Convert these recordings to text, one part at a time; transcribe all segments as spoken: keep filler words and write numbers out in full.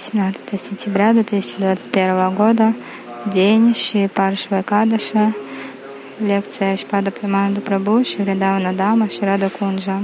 семнадцатое сентября две тысячи двадцать первого года, день Шри Паршва Экадаши, лекция Шпада Премананда Прабху, Шри Вриндавана Дама, Шри Рада Кунджа.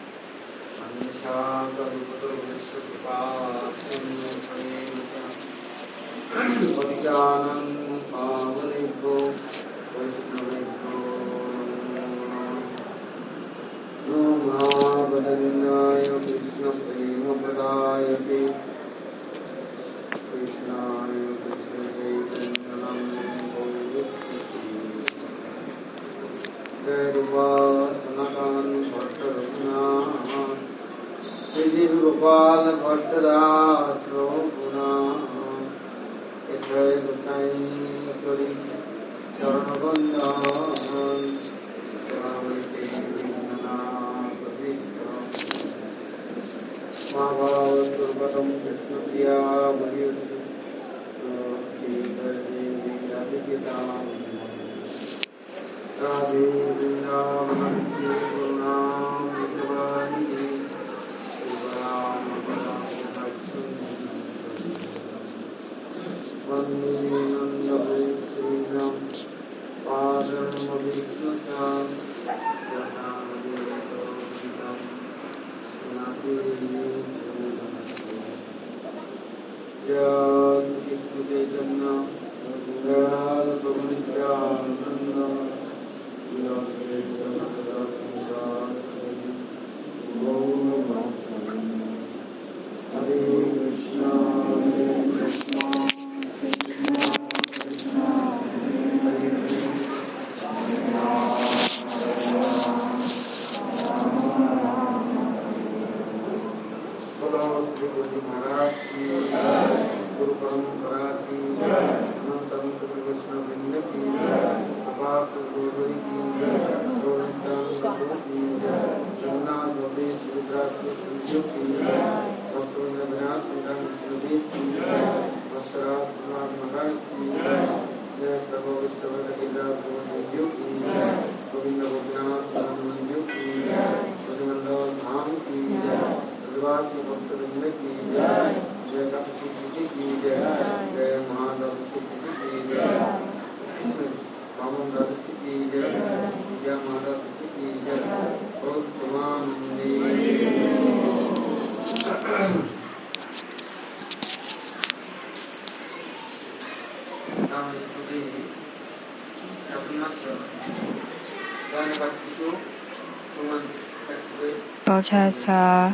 Получается,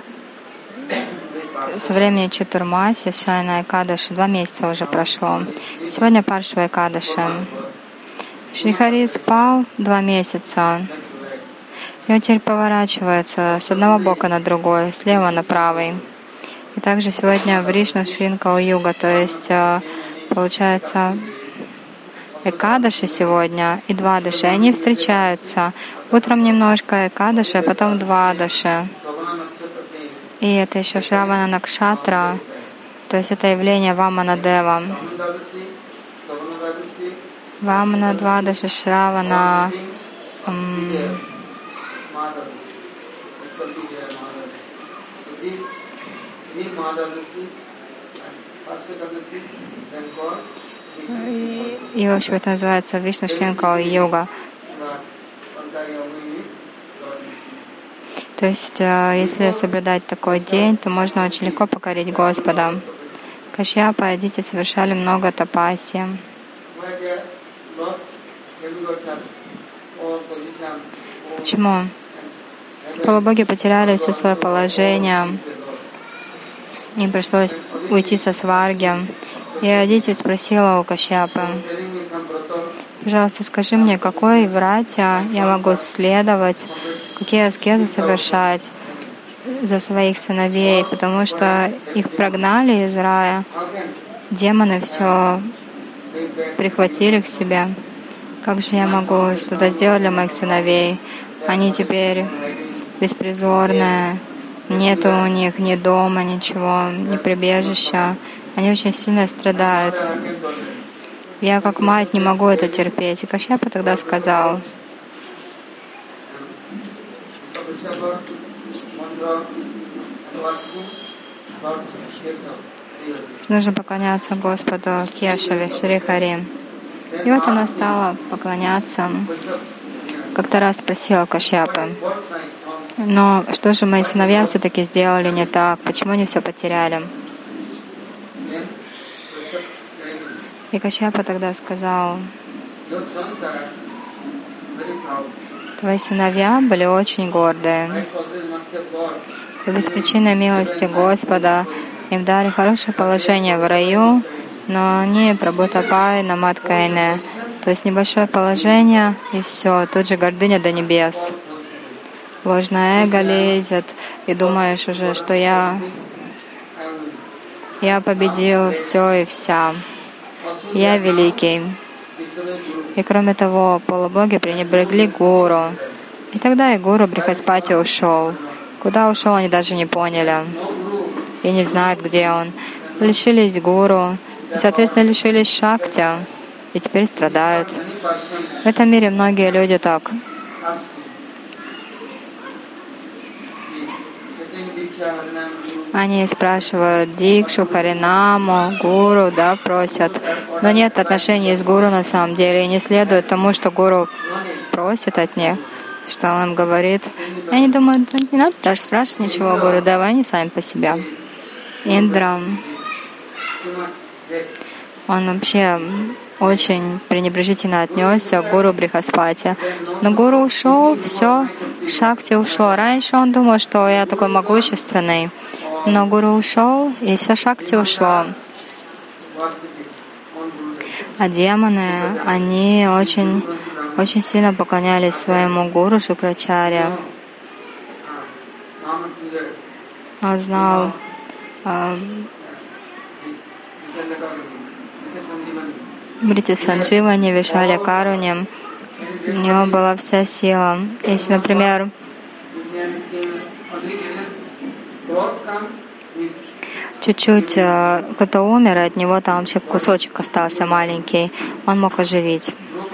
со времени Чатурмаси, с Шайна Экадаши, два месяца уже прошло. Сегодня Паршва Экадаши. Шри Хари спал два месяца, и он теперь поворачивается с одного бока на другой, слева на правый. И также сегодня Вришна Шринкала Юга, то есть, получается, Экадаши сегодня и Двадаши, они встречаются. Утром немножко Экадаши, а потом Двадаши. И это еще Шравана Накшатра, то есть это явление Вамана Дева. Вамана, Двадаши, Шравана. М- И, в общем, это называется Вишну Шринкала Йога. То есть, если соблюдать такой день, то можно очень легко покорить Господа. Кашьяпа и Адити совершали много тапаси. Почему? Полубоги потеряли все свое положение. Им пришлось уйти со сварги. И Адити спросила у Кашьяпы: пожалуйста, скажи мне, какой вратья я могу следовать, какие аскезы совершать за своих сыновей, потому что их прогнали из рая, демоны все прихватили к себе. Как же я могу что-то сделать для моих сыновей? Они теперь беспризорные, нету у них ни дома, ничего, ни прибежища. Они очень сильно страдают. Я как мать не могу это терпеть. И Кашьяпа тогда сказал: нужно поклоняться Господу Кешаве, Шри Хари. И вот она стала поклоняться. Как-то раз спросила Кашьяпы: но что же мои сыновья все-таки сделали не так? Почему они все потеряли? И Кашьяпа тогда сказал: твои сыновья были очень гордые. И без причины милости Господа им дали хорошее положение в раю, но они прабхутапай наматкайне, то есть небольшое положение, и все, тут же гордыня до небес. Ложное эго лезет, и думаешь уже, что я, я победил все и вся. Я великий. И кроме того, полубоги пренебрегли гуру. И тогда и гуру Брихаспати ушел. Куда ушел, они даже не поняли. И не знают, где он. Лишились гуру, и, соответственно, лишились шакти. И теперь страдают. В этом мире многие люди так. Они спрашивают дикшу, харинаму, гуру, да, просят. Но нет отношений с гуру на самом деле. И не следует тому, что гуру просит от них, что он им говорит. И они думают, не надо даже спрашивать ничего гуру, давай они сами по себе. Индра, он вообще очень пренебрежительно отнесся к гуру Брихаспати. Но гуру ушел, все, шакти ушло. Раньше он думал, что я такой могущественный. Но гуру ушел, и все шакти ушло. А демоны, они очень, очень сильно поклонялись своему гуру Шукрачарье. Он знал Брити Сандживани, Вишали Каруни, у него была вся сила. Если, например, чуть-чуть кто-то умер, и от него там вообще кусочек остался маленький, он мог оживить.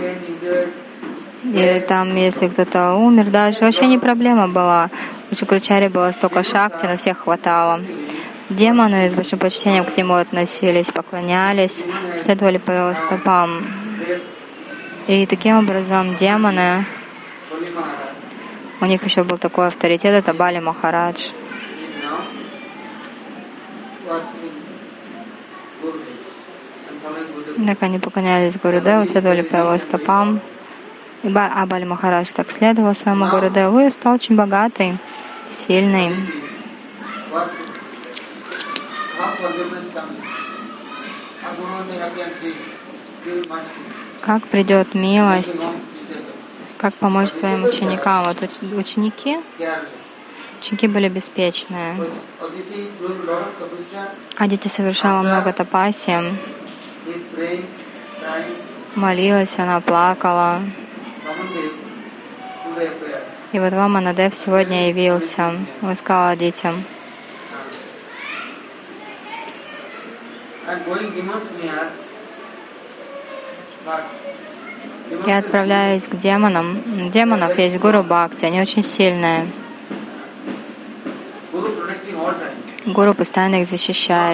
Или там, если кто-то умер, даже вообще не проблема была. У Шукрачарьи было столько шакти, на всех хватало. Демоны с большим почтением к нему относились, поклонялись, следовали по его стопам. И таким образом демоны, у них еще был такой авторитет, это Бали Махарадж. Так они поклонялись Гурудеву, следовали по его стопам. И ба- а Бали Махарадж так следовал своему Гурудеву и стал очень богатый, сильный. Как придет милость, как помочь своим ученикам. Вот ученики, ученики были беспечные. Адити совершала много тапаси, молилась, она плакала. И вот Ваманадев сегодня явился. Он сказал детям: я отправляюсь к демонам. У демонов есть гуру Бхакти, они очень сильные. Гуру постоянно их защищает.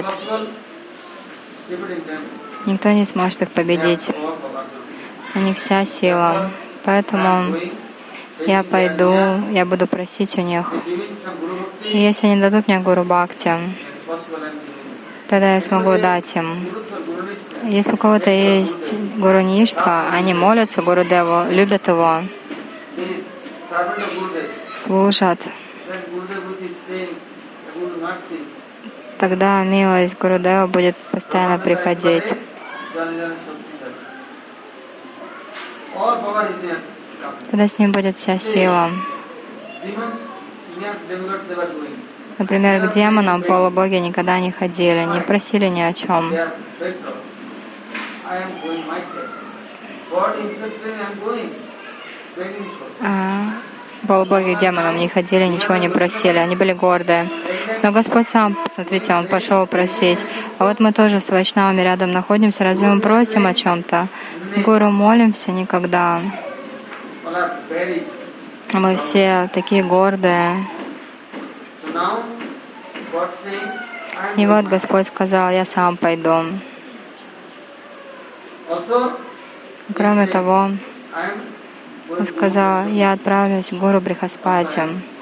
Никто не сможет их победить. У них вся сила. Поэтому я пойду, я буду просить у них. И если они дадут мне гуру Бхакти, тогда я смогу дать им. Если у кого-то есть гуру Ништха, они молятся Гурудеву, любят его, служат, тогда милость Гурудева будет постоянно приходить. Тогда с ним будет вся сила. Например, к демонам полубоги никогда не ходили, не просили ни о чем. А полубоги к демонам не ходили, ничего не просили, они были гордые. Но Господь сам, посмотрите, Он пошел просить. А вот мы тоже с вайшнавами рядом находимся, разве мы просим о чем-то? Гуру молимся никогда. Мы все такие гордые. И вот Господь сказал: я сам пойду. Кроме того, Он сказал: я отправлюсь к гуру Брихаспати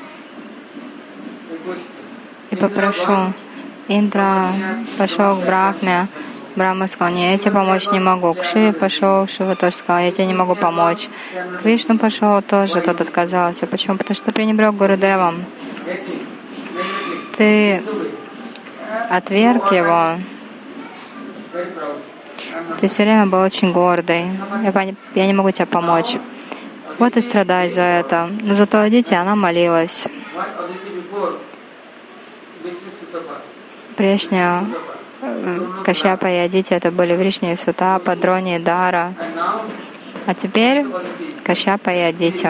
и попрошу. Индра пошел к Брахме. Брахма сказал: нет, я тебе помочь не могу. К Шиве пошел, Шива тоже сказал: я тебе не могу помочь. К Вишну пошел, тоже тот отказался. Почему? Потому что ты пренебрег Гурудевом. Ты отверг его. Ты все время был очень гордый. Я, я не могу тебе помочь. Вот и страдай за это. Но зато Адити, она молилась. Прежняя Кашьяпа и Адити — это были Вришни и Сутапа, Дрони и Дара. А теперь Кашьяпа и Адити.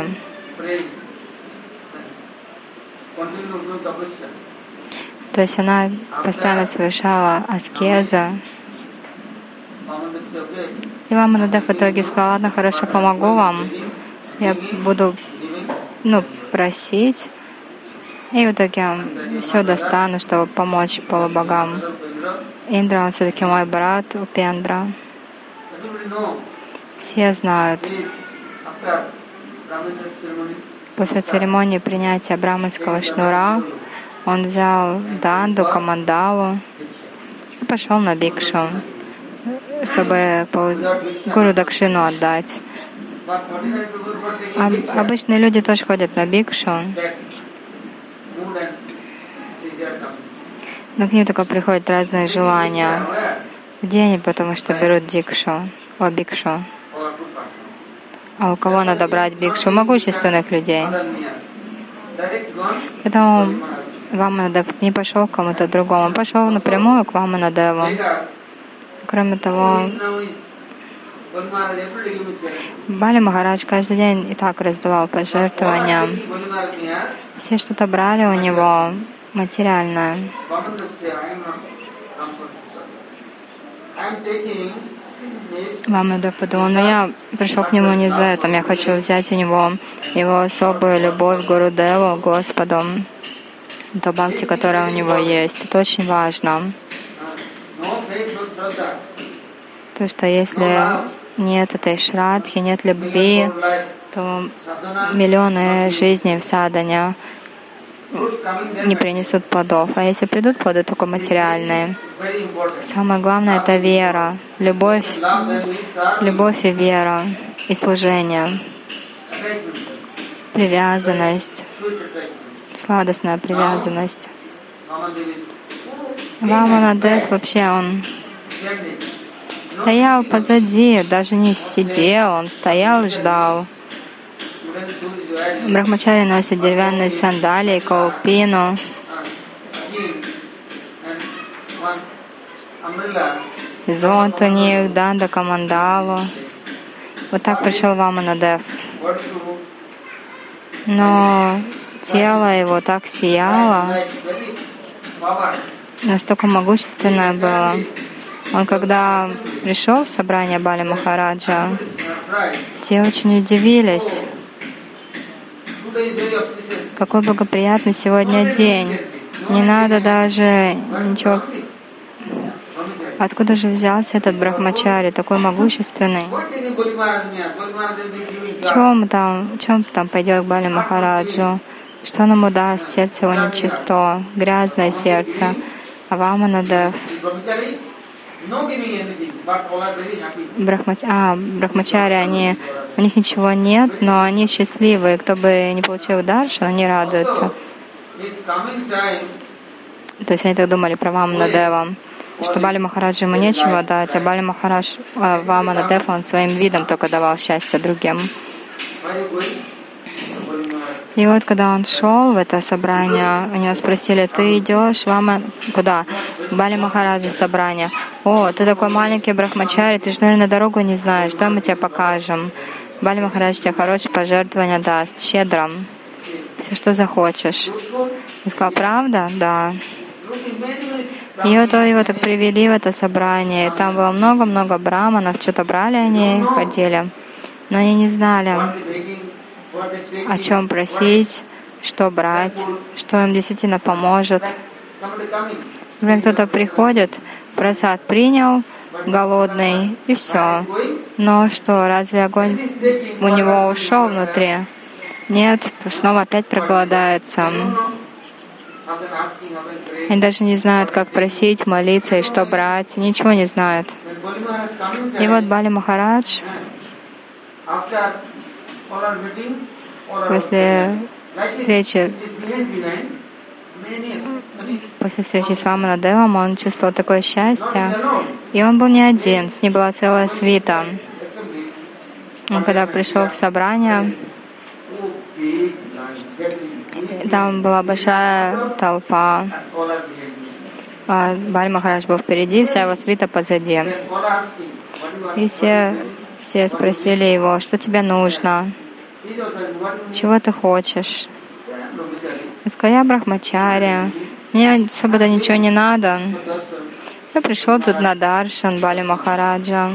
То есть она постоянно совершала аскезу. И Ваманадев в итоге сказал: ладно, хорошо, помогу вам. Я буду ну, просить. И в итоге все достану, чтобы помочь полубогам. Индра, он все-таки мой брат, Упендра. Все знают. После церемонии принятия браманского шнура он взял данду, камандалу и пошел на бикшу, чтобы гуру дакшину отдать. А обычные люди тоже ходят на бикшу, но к ним только приходят разные желания. Где они? Потому что берут дикшу, о бикшу. А у кого надо брать бикшу? Могущественных людей. Поэтому Ваманадев не пошел к кому-то другому, он пошел напрямую к Ваманадеву. Кроме того, Бали Махарадж каждый день и так раздавал пожертвования. Все что-то брали у него материальное. Ваманадев подумал: но я пришел к нему не за этим, я хочу взять у него его особую любовь к Гурудеву, Господу, то бхакти, которое у него есть. Это очень важно. То, что если нет этой шрадхи, нет любви, то миллионы жизней в садхане не принесут плодов. А если придут плоды, только материальные. Самое главное — это вера, любовь, любовь и вера, и служение, привязанность, сладостная привязанность. Ваманадев вообще он стоял позади, даже не сидел, он стоял и ждал. Брахмачари носят деревянные сандалии, каупину, зонт у них, данда, камандалу. Вот так пришел Ваманадев. Но тело его так сияло, настолько могущественное было. Он когда пришел в собрание Бали Махараджа, все очень удивились. Какой благоприятный сегодня день. Не надо даже ничего. Откуда же взялся этот брахмачари, такой могущественный? В чем там, в чем там пойдет к Бали Махараджу? Что он ему даст? Сердце его нечисто, грязное сердце. А Ваманадев, Брахмач... а, брахмачари, они, у них ничего нет, но они счастливы. Кто бы не получил даршан, они радуются. То есть они так думали про Ваманадева, что Бали Махараджу ему нечего дать, а Бали Махарадж, а Ваманадев, он своим видом только давал счастье другим. И вот когда он шел в это собрание, у него спросили: ты идешь, Вама, куда? К Бали Махараджу собрание. О, ты такой маленький брахмачари, ты же, наверное, дорогу не знаешь, да, мы тебе покажем. Бали Махарадж тебе хорошее пожертвование даст, щедро, все, что захочешь. Он сказал: правда? Да. И вот его так привели в это собрание, и там было много-много браманов, что-то брали они, ходили, но они не знали, о чем просить, что брать, что им действительно поможет. Например, кто-то приходит, просад принял, голодный, и все. Но что, разве огонь у него ушел внутри? Нет, снова опять проголодается. Они даже не знают, как просить, молиться и что брать, ничего не знают. И вот Бали Махарадж после встречи После встречи с Ваманадевом он чувствовал такое счастье. И он был не один, с ним была целая свита. Он когда пришел в собрание, там была большая толпа. А Бали Махарадж был впереди, вся его свита позади. И все, все спросили его, что тебе нужно, чего ты хочешь. Он сказал, я брахмачарья, мне особо ничего не надо. Я пришел тут на даршан Бали Махараджа.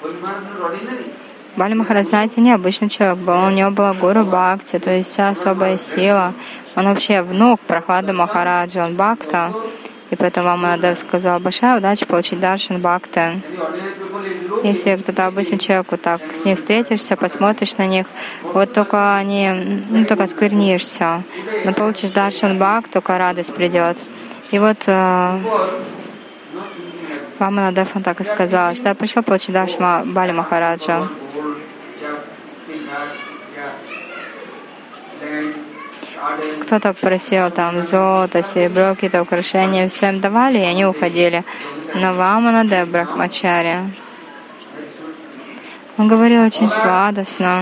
Бали Махарадж, знаете, необычный человек был. У него была гуру бхакти, то есть вся особая сила. Он вообще внук Прахлады Махараджа, он бхакта. И поэтому Ваманадев сказал, большая удача получить даршан бхакти. Если кто-то обычный человек, вот так с ним встретишься, посмотришь на них, вот только они, ну только сквернишься. Но получишь даршан бхакти, только радость придет. И вот э, Ваманадев он так и сказал, что я пришел получить даршан Бали Махараджа. Кто-то просил там золото, серебро, какие-то украшения, все им давали, и они уходили. Но Ваманадев Брахмачарья, он говорил очень сладостно.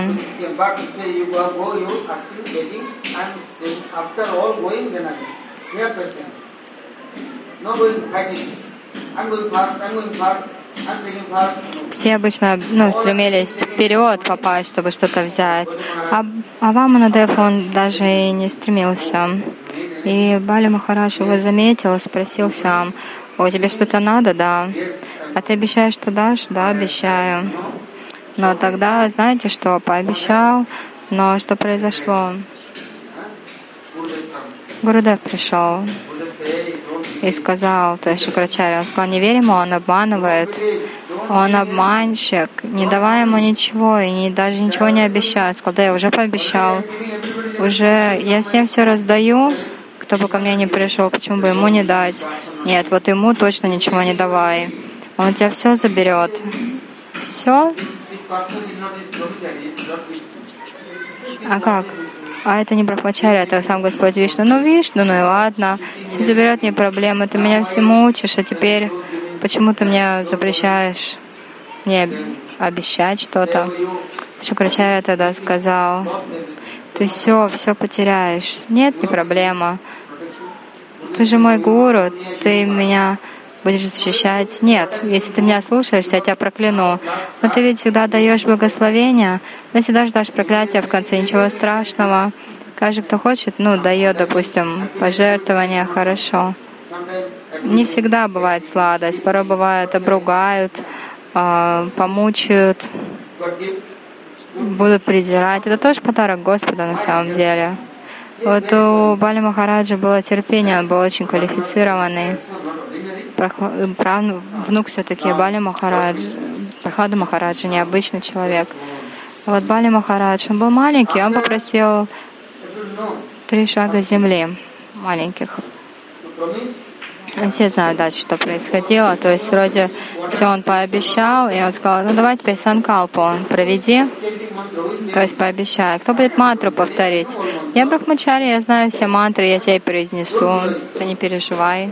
Все обычно ну, стремились вперед попасть, чтобы что-то взять. А, а Ваманадев, он даже и не стремился. И Бали Махарадж его заметил и спросил сам, «О, тебе что-то надо?» «Да». «А ты обещаешь, что дашь?» «Да, обещаю». Но тогда, знаете что, пообещал, но что произошло? Гурудев пришел и сказал, то есть Шукрачарья, он сказал, не верь ему, он обманывает, он обманщик, не давай ему ничего и не, даже ничего не обещай. Он сказал, да я уже пообещал, уже я всем все раздаю, кто бы ко мне не пришел, почему бы ему не дать? Нет, вот ему точно ничего не давай, он у тебя все заберет. Все? А как? А это не Брахмачарья, это сам Господь Вишну. Ну, Вишну, ну и ладно. Все заберет, не проблема. Ты меня всему учишь, а теперь почему ты мне запрещаешь мне обещать что-то? Шукрачарья тогда сказал, ты все, все потеряешь. Нет, не проблема. Ты же мой гуру, ты меня будешь защищать. Нет, если ты меня слушаешься, я тебя прокляну. Но ты ведь всегда даешь благословение, но всегда ждешь проклятия в конце, ничего страшного. Каждый, кто хочет, ну, дает, допустим, пожертвования, хорошо. Не всегда бывает сладость, порой бывает обругают, э, помучают, будут презирать. Это тоже подарок Господа на самом деле. Вот у Бали Махараджа было терпение, он был очень квалифицированный. Правнук, внук все-таки Бали Махарадж, Прахлада Махараджа, необычный человек. А вот Бали Махарадж, он был маленький, он попросил три шага земли маленьких. Все знают дальше, что происходило. То есть вроде все он пообещал, и он сказал, ну давай теперь санкалпу проведи, то есть пообещай. Кто будет мантру повторить? Я Брахмачарья, я знаю все мантры, я тебе произнесу, ты не переживай.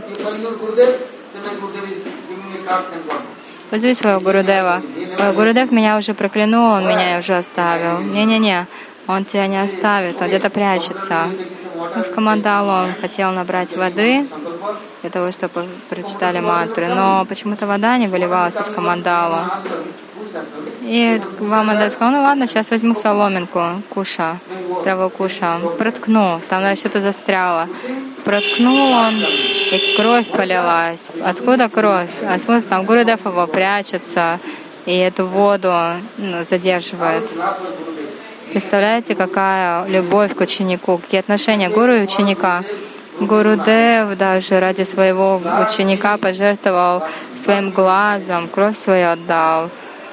Позови своего Гурудева. Гурудев меня уже проклянул, он меня уже оставил. Не-не-не, он тебя не оставит, он где-то прячется. В Камандалу он хотел набрать воды для того, чтобы прочитали мантры, но почему-то вода не выливалась из Камандала. И Ваманадев сказал, ну ладно, сейчас возьму соломинку, куша, траву куша, проткну, там что-то застряло. Проткнул он, и кровь полилась. Откуда кровь? А смотрит, там Гурудев его прячется, и эту воду ну, задерживает. Представляете, какая любовь к ученику, какие отношения гуру и ученика. Гурудев даже ради своего ученика пожертвовал своим глазом, кровь свою отдал.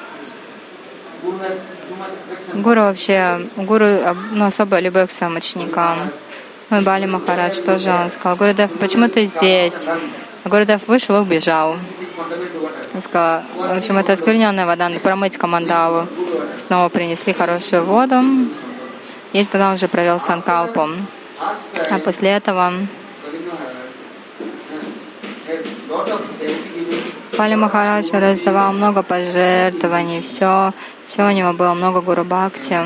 Гуру вообще, гуру ну, особо любовь к своим ученикам. Ну, Бали Махарадж тоже он сказал: Гурудев, почему ты здесь? Гурудев вышел и убежал. Он сказал: в общем, это оскверненная вода, надо промыть камандалу. Снова принесли хорошую воду. И тогда он уже провел санкалпу. А после этого Бали Махарадж раздавал много пожертвований, все, все у него было много гуру бхакти.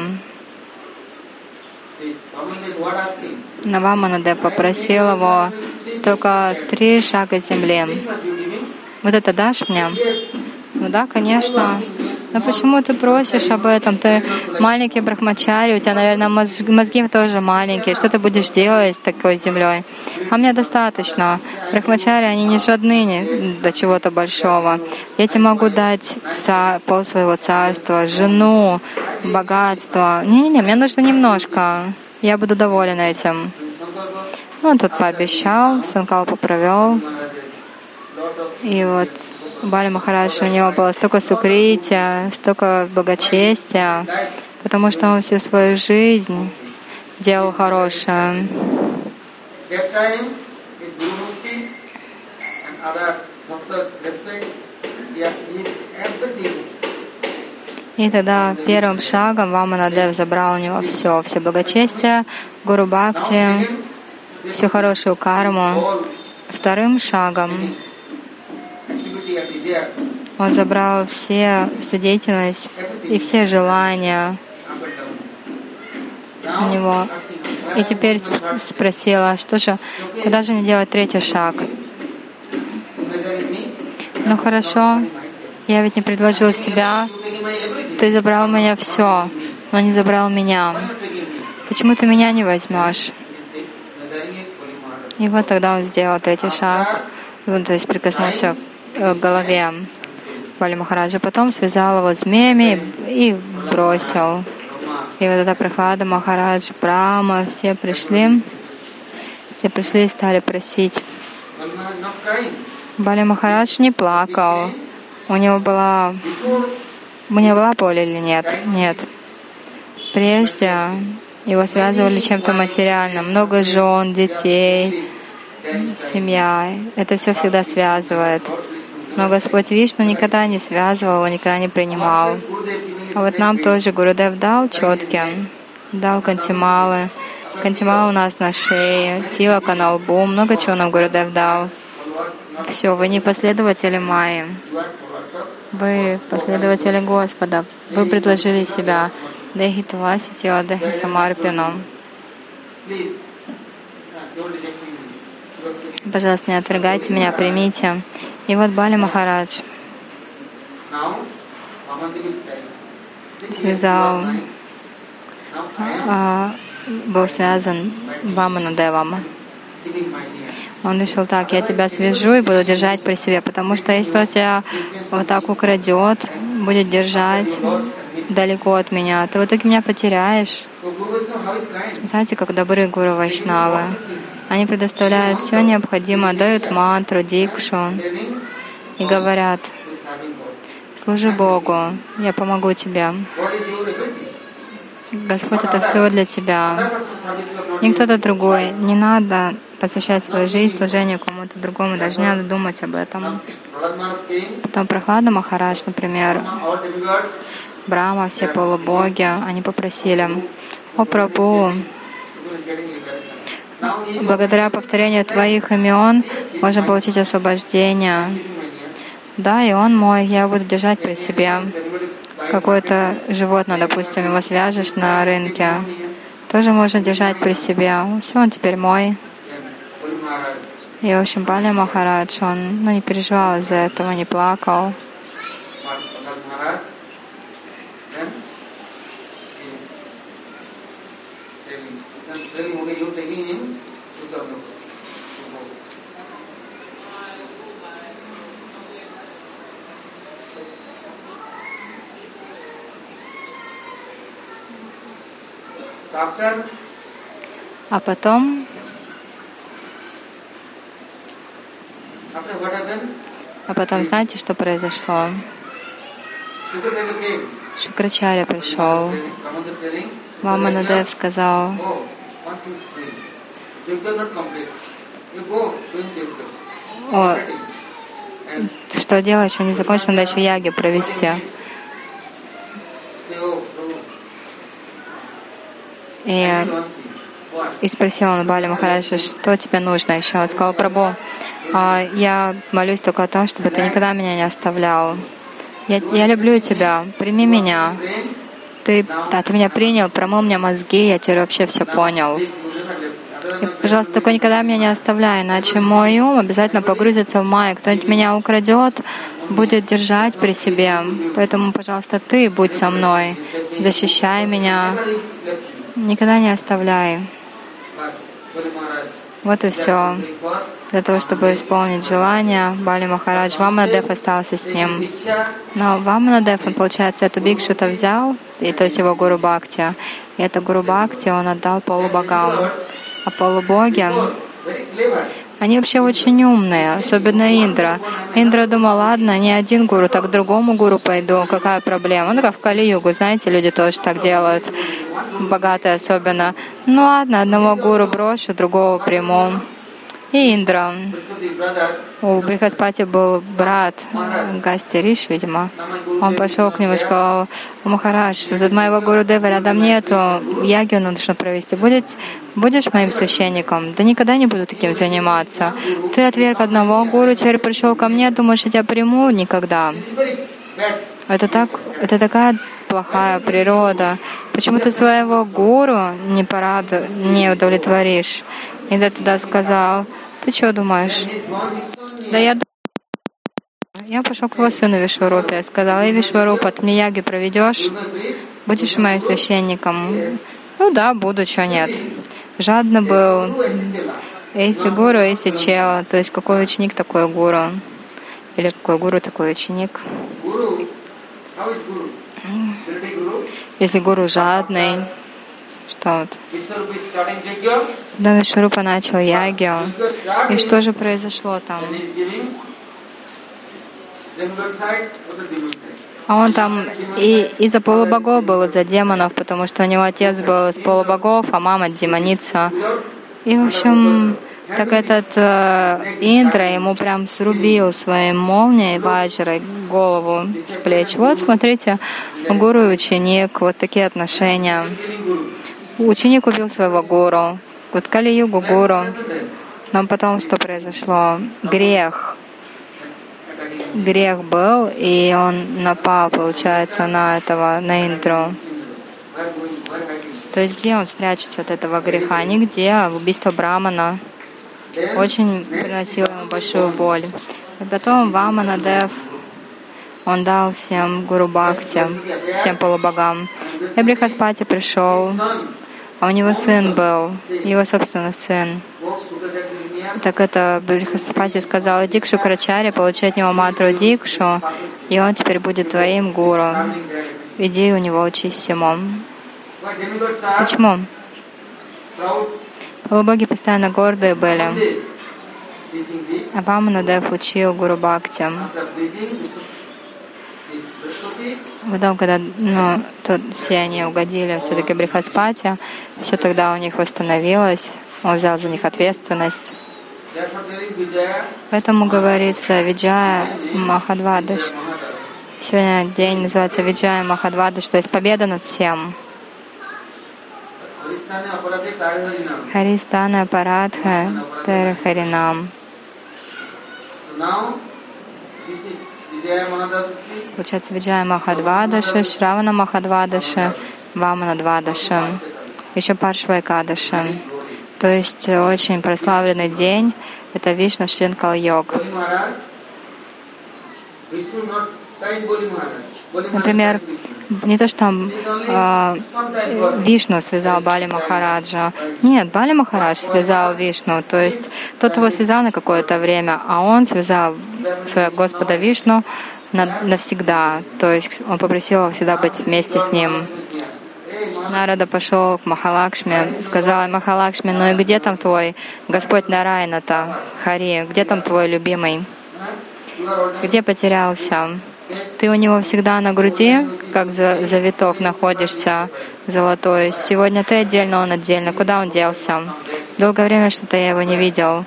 Наваманадев попросил его только три шага земли. Вот это дашь мне? Ну да, конечно. Но почему ты просишь об этом? Ты маленький брахмачари, у тебя, наверное, мозги тоже маленькие. Что ты будешь делать с такой землей? А мне достаточно. Брахмачари, они не жадны до чего-то большого. Я тебе могу дать ца- пол своего царства, жену, богатство. Не-не-не, мне нужно немножко. Я буду доволен этим. Ну, он тут пообещал, санкалпу провел. И вот Бали Махарадж, у него было столько сукрития, столько благочестия, потому что он всю свою жизнь делал хорошее. И тогда первым шагом Ваманадев забрал у него все, все благочестие, гуру бхакти, всю хорошую карму. Вторым шагом он забрал все, всю деятельность и все желания у него. И теперь спросила, что же, куда же мне делать третий шаг? Ну хорошо, я ведь не предложил себя, ты забрал у меня все, но не забрал меня. Почему ты меня не возьмешь? И вот тогда он сделал третий шаг, он, то есть прикоснулся к голове Бали Махараджа, потом связал его змеями и бросил. И вот это Прахлада Махарадж, Брахма, все пришли, все пришли и стали просить. Бали Махарадж не плакал. У него была, у него была воля или нет? Нет. Прежде его связывали чем-то материальным. Много жен, детей, семья. Это все всегда связывает. Но Господь Вишну никогда не связывал его, никогда не принимал. А вот нам тоже Гурудев дал четки, дал кантималы. Кантималы у нас на шее, тилака на лбу, много чего нам Гурудев дал. Все, вы не последователи Майи. Вы последователи Господа. Вы предложили себя. Дехи Туласити, Дехи Самарпину. Пожалуйста, не отвергайте меня, примите. И вот Бали Махарадж связал, а, был связан Ваманадевом. Он решил так: я тебя свяжу и буду держать при себе, потому что если он тебя вот так украдет, будет держать далеко от меня, ты в итоге меня потеряешь. Знаете, как добрые гуру Вайшнавы, они предоставляют все необходимое, дают мантру, дикшу и говорят: служи Богу, я помогу тебе. Господь, это все для тебя. Не кто-то другой. Не надо посвящать свою жизнь служению кому-то другому, даже не надо думать об этом. Потом Прахлада Махарадж, например, Брахма, все полубоги, они попросили: «О Прабху, благодаря повторению Твоих имен можно получить освобождение». Да, и он мой, я буду держать при себе. Какое-то животное, допустим, его свяжешь на рынке, тоже можно держать при себе. Все, он теперь мой. И, в общем, Бали Махарадж, он ну, не переживал из-за этого, не плакал. А потом А потом знаете, что произошло? Шукрачарья пришел. Ваманадев сказал: о, что делать, еще не закончено, надо еще яги провести. И, и спросил он Бали Махараджа, что тебе нужно еще. Он сказал: Прабху, я молюсь только о том, чтобы ты никогда меня не оставлял. Я, я люблю тебя, прими меня. Ты, да, ты меня принял, промыл мне мозги, я теперь вообще все понял. И, пожалуйста, только никогда меня не оставляй, иначе мой ум обязательно погрузится в майю. Кто-нибудь меня украдет, будет держать при себе. Поэтому, пожалуйста, ты будь со мной, защищай меня, никогда не оставляй. Вот и все. Для того, чтобы исполнить желание, Бали Махарадж, Ваманадев остался с ним. Но Ваманадев, он, получается, эту бикшу-то взял, и то есть его Гуру Бхакти. И это Гуру Бхакти он отдал полубогам. А полубоги, они вообще очень умные, особенно Индра. Индра думал: ладно, не один гуру, так к другому гуру пойду, какая проблема? Ну, как в Кали-югу, знаете, люди тоже так делают, богатые особенно. Ну ладно, одного гуру брошу, другого приму. И Индра. У Брихаспати был брат Гасти Риш, видимо. Он пошел к нему и сказал: Махарадж, тут моего Гурудева рядом нету, ягью нужно провести. Будешь, будешь моим священником? Да никогда не буду таким заниматься. Ты отверг одного гуру, теперь пришел ко мне, думаешь, я тебя приму? Никогда. Это так, это такая плохая природа. Почему ты своего гуру не порад, не удовлетворишь? И я тогда сказал: ты что думаешь? Да я думаю, я пошел к его сыну Вишварупе. Я сказал: эй, Вишварупа, ты мне яги проведешь? Будешь моим священником? Ну да, буду, что нет. Жадно был. Эйси гуру, эйси чела. То есть какой ученик, такой гуру. Или какой гуру, такой ученик. Если гуру жадный, что вот? Да, Вишварупа начал ягью. И что же произошло там? А он там и из-за полубогов был, из-за демонов, потому что у него отец был из полубогов, а мама демоница. И, в общем, так этот э, Индра ему прям срубил своей молнией ваджрой голову с плеч. Вот, смотрите, гуру и ученик, вот такие отношения. Ученик убил своего гуру. Вот Кали-югу гуру. Но потом что произошло? Грех. Грех был, и он напал, получается, на этого, на Индру. То есть где он спрячется от этого греха? Нигде. Убийство Брамана очень приносило ему большую боль. И потом Ваманадев, он дал всем Гуру Бхакти, всем полубогам. И Брихаспати пришел, а у него сын был, его собственный сын. Так это Брихаспати сказал: иди к Шукрачаре, получи от него мантру дикшу, и он теперь будет твоим гуру. Иди у него учись всему. Почему? Полубоги постоянно гордые были. А Ваманадев учил Гуру Бхакти. Потом, когда ну, тут все они угодили все-таки Брихаспати, все тогда у них восстановилось, он взял за них ответственность. Поэтому говорится Виджая Махадвадаш. Сегодня день называется Виджая Махадвадаш, то есть победа над всем. Харистана Парадха Тер Харинам. Получается Виджая Махадвадаша, Шравана Махадвадаша, Ваманадвадаша, еще Паршва Экадаша. То есть очень прославленный день — это Вишну Шринкал-йог. Например, не то, что там э, Вишну связал Бали Махараджа. Нет, Бали Махарадж связал Вишну. То есть тот его связал на какое-то время, а он связал своего Господа Вишну навсегда. То есть он попросил его всегда быть вместе с ним. Нарада пошел к Махалакшми, сказал: Махалакшми, ну и где там твой Господь Нараяна-то, Хари, где там твой любимый? Где потерялся? Ты у него всегда на груди, как за завиток находишься золотой. Сегодня ты отдельно, он отдельно. Куда он делся? Долгое время что-то я его не видел.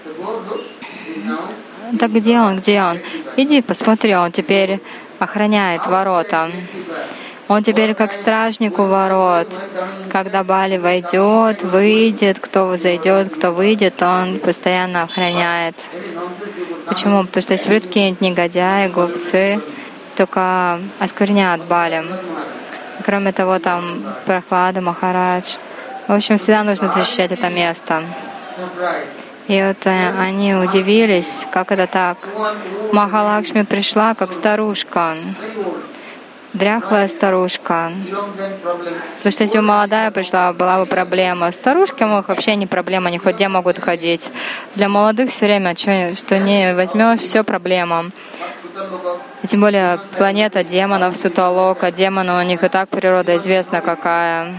Так где он, где он? Иди посмотри, он теперь охраняет ворота. Он теперь как стражник у ворот. Когда Бали войдет, выйдет, кто зайдет, кто выйдет, он постоянно охраняет. Почему? Потому что если придут какие-нибудь негодяи, глупцы, только осквернят Бали. Кроме того, там Прохлада, Махарадж. В общем, всегда нужно защищать это место. И вот они удивились, как это так. Махалакшми пришла как старушка, дряхлая старушка. Потому что если бы молодая пришла, была бы проблема. Старушки мог вообще не проблема, они хоть где могут ходить. Для молодых все время, что, что не возьмешь, все проблема. И тем более планета демонов, Суталока, демоны, у них и так природа известна какая.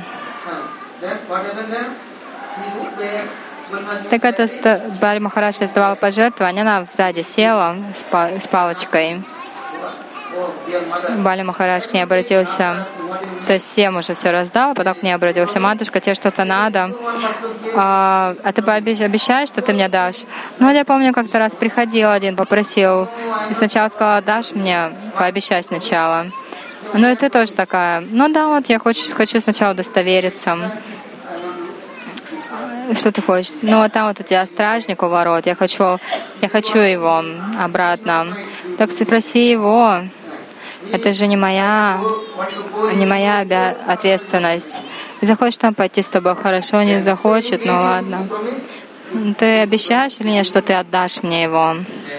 Так это Бали Махарадж издавала пожертвования, она сзади села с, па с палочкой. Бали Махарадж к ней обратился, то есть всем уже все раздал, потом к ней обратился: матушка, тебе что-то надо, а, а ты обещаешь, что ты мне дашь? Ну, я помню, как-то раз приходил один, попросил, и сначала сказала: дашь мне, пообещай сначала. Ну, и ты тоже такая: ну да, вот я хочу, хочу сначала удостовериться. Что ты хочешь? Ну, вот там вот у тебя стражник у ворот, я хочу, я хочу его обратно. Так спроси его. Это же не моя, не моя обя- ответственность. Захочешь там пойти с тобой, хорошо, не захочет, ну ладно. Ты обещаешь или нет, что ты отдашь мне его?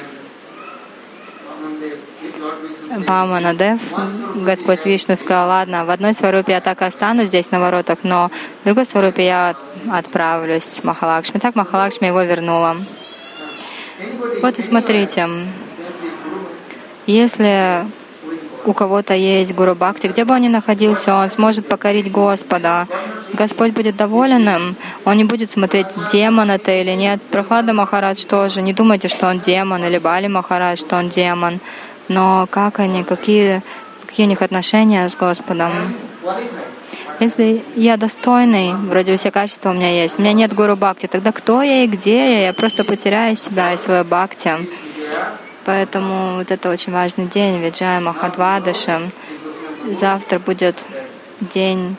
Ваманадев, Господь Вишну сказал: ладно, в одной сварупе я так и останусь здесь на воротах, но в другой сварупе я отправлюсь с Махалакшми. Так Махалакшми его вернула. Вот и смотрите, если у кого-то есть Гуру Бхакти, где бы он ни находился, он сможет покорить Господа. Господь будет доволен им, он не будет смотреть, демон это или нет. Прохлада Махарадж тоже, не думайте, что он демон, или Бали Махарадж, что он демон. Но как они, какие, какие у них отношения с Господом? Если я достойный, вроде все качества у меня есть, у меня нет Гуру Бхакти, тогда кто я и где я? Я просто потеряю себя и свое Бхакти. Поэтому вот это очень важный день, Виджая Махадвадаши. Завтра будет день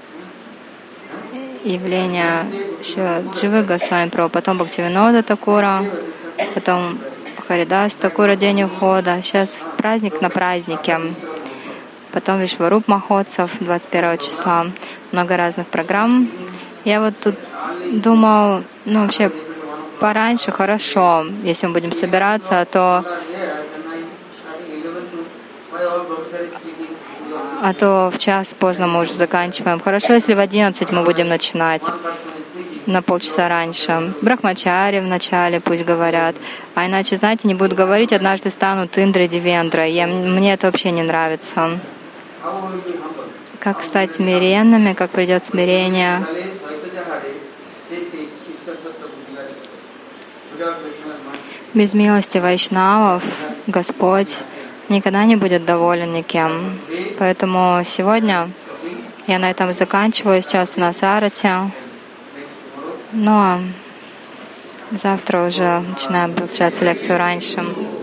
явления Дживы Госвами Прабху, потом Бхактивинода Такура, потом Харидас Такура, день ухода. Сейчас праздник на празднике. Потом Вишваруп Махотсав двадцать первого числа. Много разных программ. Я вот тут думал, ну вообще пораньше хорошо, если мы будем собираться, то а то в час поздно мы уже заканчиваем. Хорошо, если в одиннадцать мы будем начинать, на полчаса раньше. Брахмачари в начале пусть говорят. А иначе, знаете, не будут говорить, однажды станут Индрой, Девендрой. Я, мне это вообще не нравится. Как стать смиренными, как придет смирение. Без милости вайшнавов Господь никогда не будет доволен никем. Поэтому сегодня я на этом заканчиваю. Сейчас у нас арати. Ну а завтра уже начинаем, получается, лекцию раньше.